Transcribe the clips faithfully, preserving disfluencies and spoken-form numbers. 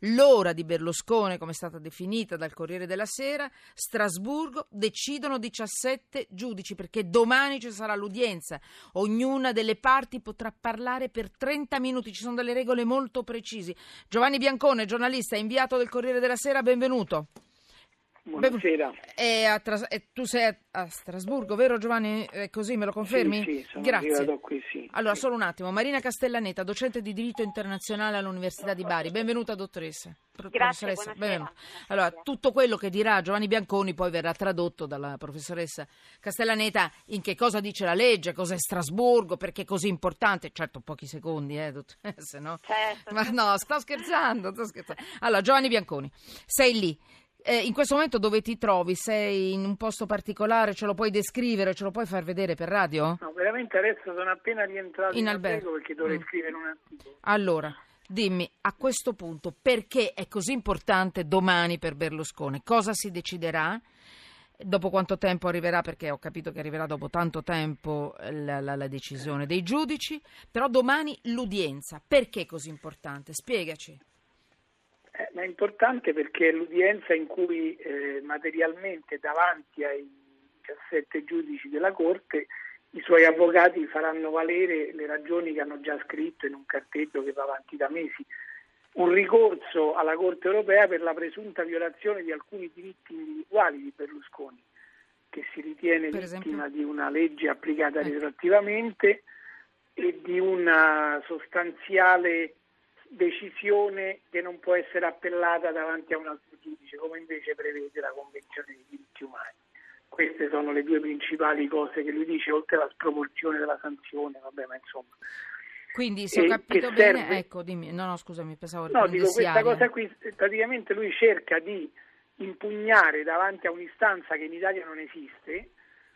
l'ora di Berlusconi, come è stata definita dal Corriere della Sera. Strasburgo, decidono diciassette giudici, perché domani ci sarà l'udienza. Ognuna delle parti potrà parlare per trenta minuti, ci sono delle regole molto precise. Giovanni Biancone, giornalista, inviato del Corriere della Sera, benvenuto. Buonasera. E a Tras- e tu sei a, a Strasburgo, vero Giovanni? È così, me lo confermi? Sì, sì, sono Grazie. arrivato qui, sì. Allora, sì. solo un attimo. Marina Castellaneta, docente di diritto internazionale all'Università di Bari. Benvenuta, dottoressa. Grazie, professoressa. buonasera. Benvenuta. Allora, tutto quello che dirà Giovanni Bianconi poi verrà tradotto dalla professoressa Castellaneta in che cosa dice la legge, cos'è Strasburgo, perché è così importante. Certo, pochi secondi, eh, dottoressa, no? Certo. Ma no, sto scherzando, sto scherzando. Allora, Giovanni Bianconi, sei lì. Eh, in questo momento dove ti trovi? Sei in un posto particolare? Ce lo puoi descrivere? Ce lo puoi far vedere per radio? No, veramente adesso sono appena rientrato in, In albergo albergo. perché dovrei Mm. scrivere un articolo. Allora, dimmi, a questo punto, perché è così importante domani per Berlusconi? Cosa si deciderà? Dopo quanto tempo arriverà? Perché ho capito che arriverà dopo tanto tempo la, la, la decisione dei giudici, però domani l'udienza. Perché è così importante? Spiegaci. Eh, ma è importante perché è l'udienza in cui eh, materialmente davanti ai diciassette giudici della Corte i suoi avvocati faranno valere le ragioni che hanno già scritto in un cartello che va avanti da mesi. Un ricorso alla Corte europea per la presunta violazione di alcuni diritti individuali di Berlusconi, che si ritiene Per vittima esempio? di una legge applicata Ecco. retroattivamente e di una sostanziale decisione che non può essere appellata davanti a un altro giudice, come invece prevede la Convenzione dei diritti umani. Queste sono le due principali cose che lui dice, oltre alla sproporzione della sanzione, vabbè, ma insomma. Quindi, se ho E capito che bene, serve- ecco, dimmi, no, no, scusami, pensavo No, dico, riprendessi questa aria. cosa qui, praticamente lui cerca di impugnare davanti a un'istanza che in Italia non esiste,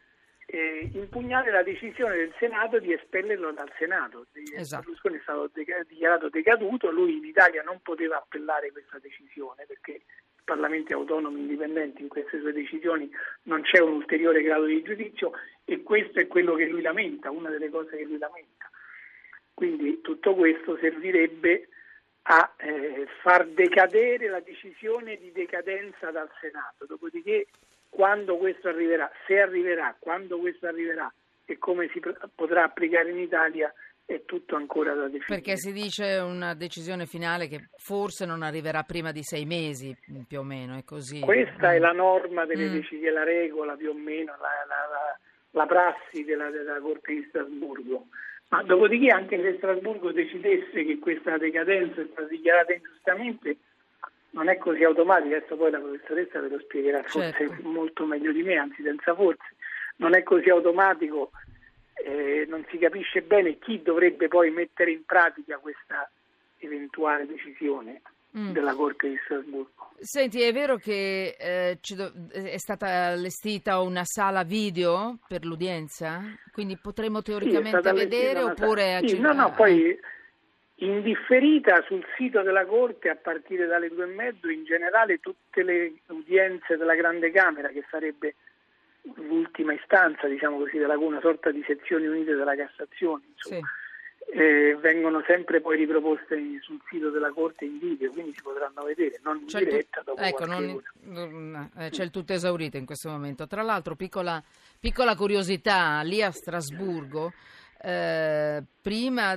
eh, impugnare la decisione del Senato di espellerlo dal Senato. Esatto. Berlusconi è stato deca- dichiarato decaduto, lui in Italia non poteva appellare questa decisione perché i parlamenti autonomi indipendenti in queste sue decisioni non c'è un ulteriore grado di giudizio e questo è quello che lui lamenta, una delle cose che lui lamenta. Quindi tutto questo servirebbe a eh, far decadere la decisione di decadenza dal Senato, dopodiché quando questo arriverà, se arriverà, quando questo arriverà e come si pr- potrà applicare in Italia è tutto ancora da definire. Perché si dice una decisione finale che forse non arriverà prima di sei mesi, più o meno, è così. Questa Mm. è la norma delle Mm. decisioni, la regola più o meno, la, la, la, la prassi della, della Corte di Strasburgo. Ma dopodiché anche se Strasburgo decidesse che questa decadenza è stata dichiarata ingiustamente, non è così automatica, adesso poi la professoressa ve lo spiegherà forse Certo. molto meglio di me, anzi senza forse, non è così automatico, eh, non si capisce bene chi dovrebbe poi mettere in pratica questa eventuale decisione Mm. della Corte di Strasburgo. Senti, è vero che eh, ci do- è stata allestita una sala video per l'udienza? Quindi potremo Sì, è teoricamente stata allestita vedere una oppure... sala- a- sì, no, no, ah, poi indifferita sul sito della Corte a partire dalle due e mezzo in generale tutte le udienze della Grande Camera, che sarebbe l'ultima istanza, diciamo così, della una sorta di sezioni unite della Cassazione, insomma, sì. eh, vengono sempre poi riproposte sul sito della Corte in video, quindi si potranno vedere, non in C'è il tu- diretta dopo ecco, qualche non- ora. non- eh, c'è il tutto esaurito in questo momento. Tra l'altro, piccola, piccola curiosità, lì a Strasburgo, eh, prima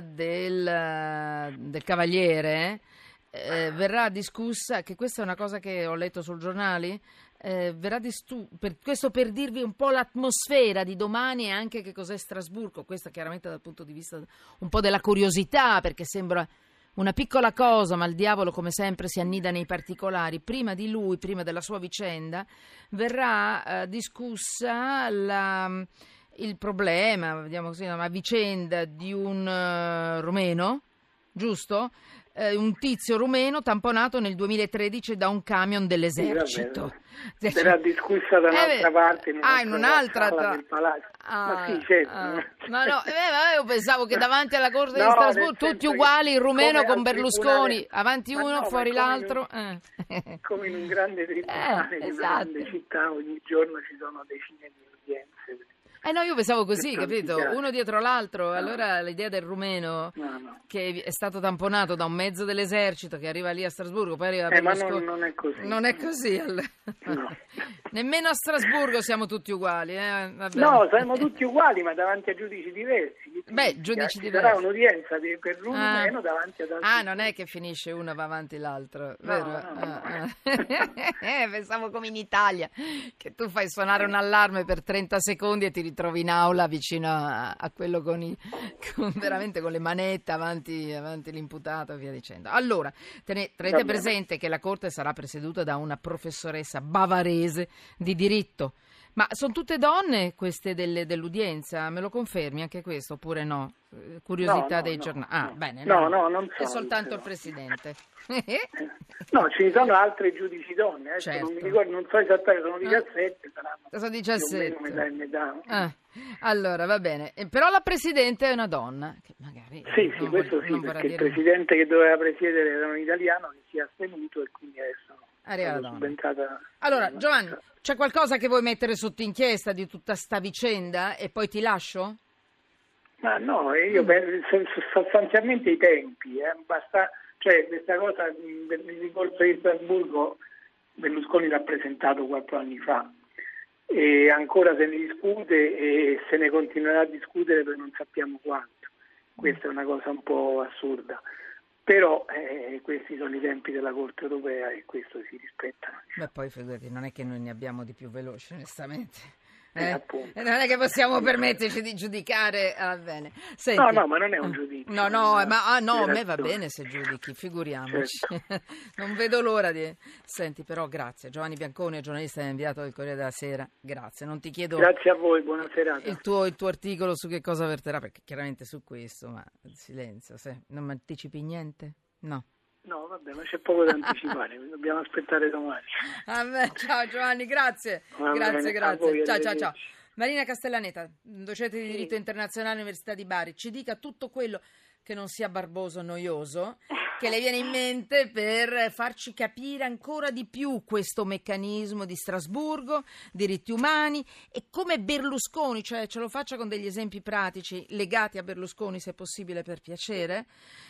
del, del Cavaliere, eh, verrà discussa, che questa è una cosa che ho letto sul giornale, eh, verrà distu- per, questo per dirvi un po' l'atmosfera di domani e anche che cos'è Strasburgo, questo chiaramente dal punto di vista un po' della curiosità, perché sembra una piccola cosa, ma il diavolo come sempre si annida nei particolari. Prima di lui, prima della sua vicenda, verrà eh, discussa la, il problema, vediamo così, una vicenda di un uh, rumeno, giusto? Eh, un tizio rumeno tamponato nel duemilatredici da un camion dell'esercito. Sì, verrà discussa da un'altra Eh, parte in ah, in un'altra sala tra- del palazzo. Ah, Ma sì, certo. ah. No, no, eh, vabbè, io pensavo che davanti alla Corte No, di Strasburgo nel tutti senso uguali, il che rumeno come con al Berlusconi, tribunale- avanti Ma uno, no, ma fuori è come in l'altro. eh. Come in un grande tribunale Eh, di una esatto. grande città, ogni giorno ci sono decine di udienze Eh no, io pensavo così, per capito? tanti Uno dietro l'altro. No. Allora l'idea del rumeno No, no. che è stato tamponato da un mezzo dell'esercito che arriva lì a Strasburgo, poi arriva a Eh, ma Berlusconi. non, non è così. Non è così. allora. No. Nemmeno a Strasburgo siamo tutti uguali. Eh? Va bene. No, saremo tutti uguali, ma davanti a giudici diversi. Beh, giudici Ci diversi. sarà un'udienza di- per l'uno Ah. meno davanti ad altri. Ah, non è che finisce uno va avanti l'altro, vero? no, no. Ah, ah. Eh, pensavo come in Italia, che tu fai suonare un allarme per trenta secondi e ti ritrovi in aula vicino a, a quello con, i, con veramente con le manette avanti, avanti l'imputato e via dicendo. Allora, tene- tenete presente che la Corte sarà presieduta da una professoressa bavarese di diritto. Ma sono tutte donne queste delle, dell'udienza? Me lo confermi anche questo oppure no? Eh, Curiosità No, no, dei no, giornali. no. Ah, bene. No, no, non È so, soltanto no. il presidente. No, ci sono altre giudici donne, adesso Certo. non mi ricordo, non so esattamente, sono diciassette, saranno Sono più o diciassette. meno metà e metà. Ah, allora, va bene. Eh, Però la presidente è una donna. Che magari Sì, non sì, vol- questo sì, non vorrà perché il dire- presidente che doveva presiedere era un italiano che si è astenuto e quindi adesso Arriva la è donna. subentrata. Allora, Giovanni, c'è qualcosa che vuoi mettere sotto inchiesta di tutta sta vicenda e poi ti lascio? Ma no, Mm. io penso sostanzialmente i tempi, eh, basta, cioè questa cosa mh, del ricorso di Strasburgo Berlusconi l'ha presentato quattro anni fa e ancora se ne discute e se ne continuerà a discutere per non sappiamo quanto. Questa è una cosa un po' assurda. Però eh, questi sono i tempi della Corte europea e questo si rispettano. Beh, poi figurati, non è che noi ne abbiamo di più veloci, onestamente. Eh, Eh? appunto. Non è che possiamo permetterci di giudicare. Ah, bene. Senti. No, no, ma non è un giudizio. No, no, è una ma ah, no, a me va relazione. bene se giudichi, figuriamoci. Certo. Non vedo l'ora di... Senti, però grazie. Giovanni Bianconi, giornalista e inviato del Corriere della Sera, grazie. Non ti chiedo Grazie a voi, buona serata. il tuo, il tuo articolo su che cosa verterà, perché chiaramente su questo, ma silenzio, se non mi anticipi niente? No. No, vabbè, ma c'è poco da anticipare, dobbiamo aspettare domani. Vabbè, ciao Giovanni, grazie. Va grazie, bene, a grazie. voi, ciao, ciao, ciao. arrivederci. Marina Castellaneta, docente di Sì. diritto internazionale all'Università di Bari, ci dica tutto quello che non sia barboso o noioso, che le viene in mente per farci capire ancora di più questo meccanismo di Strasburgo, diritti umani e come Berlusconi, cioè ce lo faccia con degli esempi pratici legati a Berlusconi se possibile per piacere,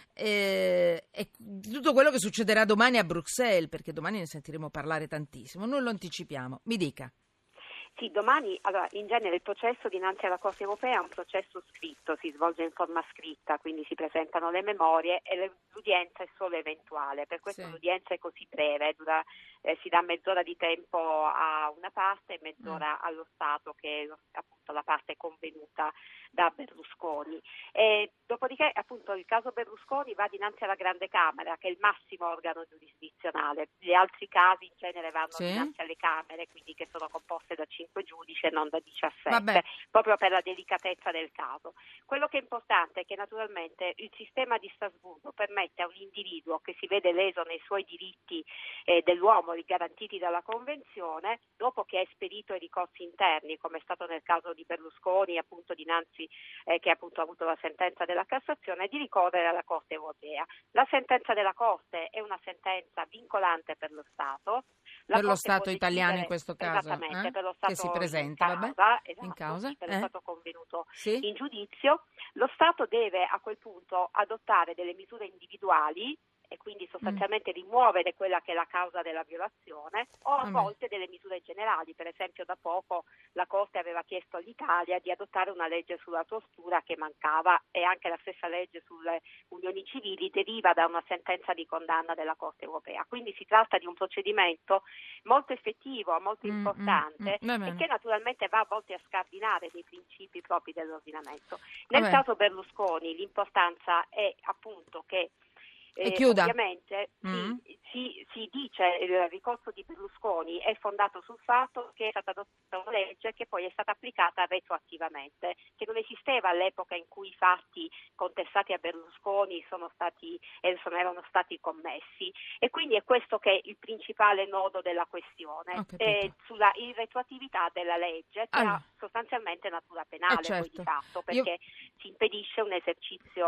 e, e tutto quello che succederà domani a Bruxelles, perché domani ne sentiremo parlare tantissimo, non lo anticipiamo, mi dica. Sì, domani, allora, in genere il processo dinanzi alla Corte europea è un processo scritto, si svolge in forma scritta, quindi si presentano le memorie e le, l'udienza è solo eventuale, per questo Sì. l'udienza è così breve, dura, eh, si dà mezz'ora di tempo a una parte e mezz'ora Mm. allo Stato, che è lo, appunto la parte convenuta da Berlusconi. E dopodiché appunto il caso Berlusconi va dinanzi alla Grande Camera, che è il massimo organo giurisdizionale, gli altri casi in genere vanno Sì. dinanzi alle Camere, quindi che sono composte da cinque giudici e non da diciassette, Vabbè. proprio per la delicatezza del caso. Quello che è importante è che naturalmente il sistema di Strasburgo permette a un individuo che si vede leso nei suoi diritti eh, dell'uomo garantiti dalla Convenzione, dopo che ha esperito i ricorsi interni, come è stato nel caso di Berlusconi, appunto dinanzi eh, che appunto ha avuto la sentenza della Cassazione, di ricorrere alla Corte europea. La sentenza della Corte è una sentenza vincolante per lo Stato. La Per lo Corte Stato può italiano decidere- in questo caso, esattamente, eh? per lo Che Stato si presenta, in vabbè? causa, esatto, In causa, per eh? lo Stato convenuto Sì? in giudizio. Lo Stato deve a quel punto adottare delle misure individuali e quindi sostanzialmente rimuovere quella che è la causa della violazione, o a Vabbè. volte delle misure generali. Per esempio da poco la Corte aveva chiesto all'Italia di adottare una legge sulla tortura che mancava, e anche la stessa legge sulle unioni civili deriva da una sentenza di condanna della Corte europea. Quindi si tratta di un procedimento molto effettivo, molto Mm, importante mm, mm, va bene. e che naturalmente va a volte a scardinare dei principi propri dell'ordinamento. Nel Vabbè. caso Berlusconi l'importanza è appunto che E Eh, chiuda. ovviamente Mm. si, si, si dice che il ricorso di Berlusconi è fondato sul fatto che è stata adottata una legge che poi è stata applicata retroattivamente, che non esisteva all'epoca in cui i fatti contestati a Berlusconi sono stati, eh, sono, erano stati commessi, e quindi è questo che è il principale nodo della questione, Ho capito. eh, sulla irretroattività della legge, che Allora. ha sostanzialmente natura penale Eh, certo. poi di fatto, Io- perché si impedisce un esercizio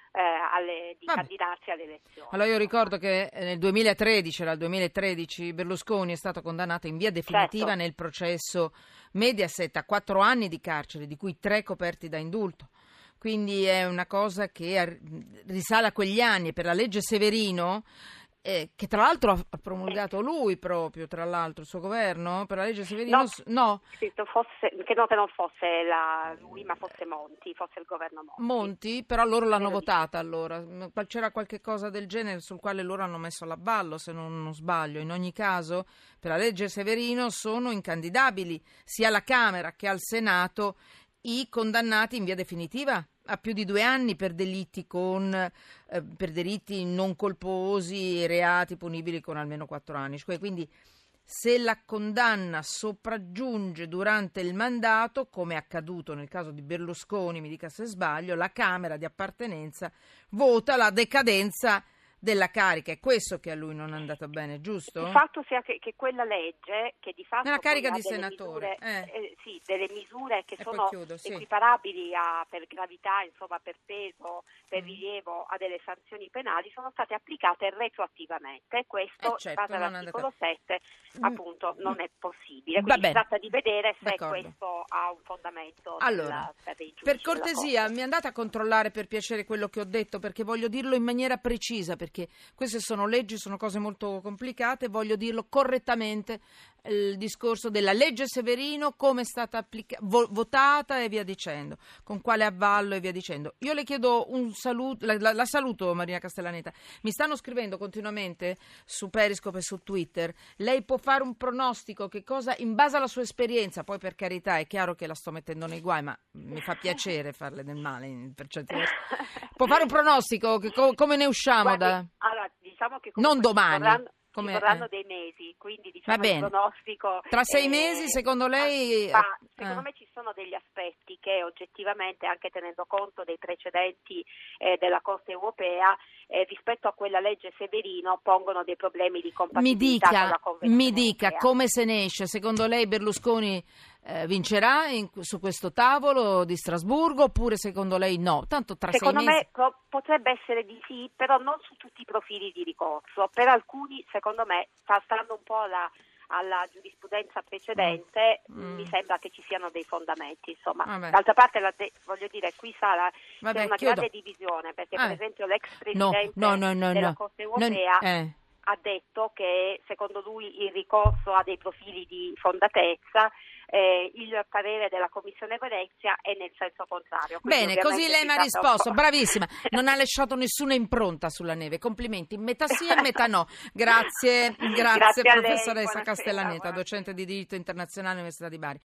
eh, alle, di Vabbè. candidarsi alle elezioni. Allora io ricordo che nel duemilatredici, dal duemilatredici, Berlusconi è stato condannato in via definitiva Certo. nel processo Mediaset a quattro anni di carcere, di cui tre coperti da indulto. Quindi è una cosa che risale a quegli anni. Per la legge Severino, eh, che tra l'altro ha promulgato lui proprio, tra l'altro, il suo governo, per la legge Severino, No, no. Che non fosse, che no, che non fosse la, lui, ma fosse Monti, fosse il governo Monti. Monti, però loro l'hanno Credo di votata allora. C'era qualche cosa del genere sul quale loro hanno messo l'avallo, se non, non sbaglio. In ogni caso, per la legge Severino sono incandidabili sia alla Camera che al Senato i condannati in via definitiva a più di due anni per delitti con eh, per delitti non colposi e reati punibili con almeno quattro anni. Cioè, quindi se la condanna sopraggiunge durante il mandato, come è accaduto nel caso di Berlusconi, mi dica se sbaglio, la Camera di appartenenza vota la decadenza della carica. È questo che a lui non è andato bene, giusto? Il fatto sia che, che quella legge, che di fatto nella carica di delle senatore, misure, eh. eh, sì, delle misure che E poi sono chiudo, sì. equiparabili a, per gravità, insomma per peso, per rilievo a delle sanzioni penali, sono state applicate retroattivamente. Questo, Eh certo, in base non è all'articolo andato- sette, Mm. appunto non è possibile. Va Quindi si bene. tratta di vedere se D'accordo. questo ha un fondamento Allora, del, per, i giudici per della cortesia, Corte. mi andate a controllare per piacere quello che ho detto, perché voglio dirlo in maniera precisa, perché queste sono leggi, sono cose molto complicate, voglio dirlo correttamente, il discorso della legge Severino, come è stata applica- vo- votata e via dicendo, con quale avvallo e via dicendo. Io le chiedo un saluto, la, la- la saluto Marina Castellaneta, mi stanno scrivendo continuamente su Periscope e su Twitter, lei può fare un pronostico, che cosa, in base alla sua esperienza, poi per carità è chiaro che la sto mettendo nei guai, ma mi fa piacere farle del male in- per certi versi. Può fare un pronostico, che co- come ne usciamo Guardi, da... allora, diciamo che Non comunque domani, ci vorranno, ci come- vorranno eh. dei mesi, quindi Va diciamo il bene. pronostico... Tra sei eh, mesi, secondo lei... ma secondo eh. me ci sono degli aspetti che oggettivamente, anche tenendo conto dei precedenti eh, della Corte europea, eh, rispetto a quella legge Severino, pongono dei problemi di Mi compatibilità con dica, la Convenzione mi dica europea. come se ne esce. Secondo lei Berlusconi eh, vincerà in- su questo tavolo di Strasburgo, oppure secondo lei no? Tanto tra Secondo sei mesi... me po- potrebbe essere di sì, però non su tutti i profili di ricorso. Per alcuni, secondo me, sta stando un po' alla, alla giurisprudenza precedente, Mm. mi sembra che ci siano dei fondamenti. Insomma, Vabbè. d'altra parte, la de- voglio dire, qui sarà Vabbè, c'è una chiudo. grande divisione, perché Eh. per esempio l'ex No, presidente no, no, no, della no. Corte Non- europea eh. ha detto che secondo lui il ricorso ha dei profili di fondatezza. Eh, il parere della Commissione Venezia è nel senso contrario. Quindi Bene, così ovviamente lei si mi ha tratta un po'- risposto, bravissima, non ha lasciato nessuna impronta sulla neve, complimenti, metà sì e metà no. Grazie, grazie, Grazie a lei, professoressa buonasera, Castellaneta, buonasera. docente di diritto internazionale all'Università di Bari.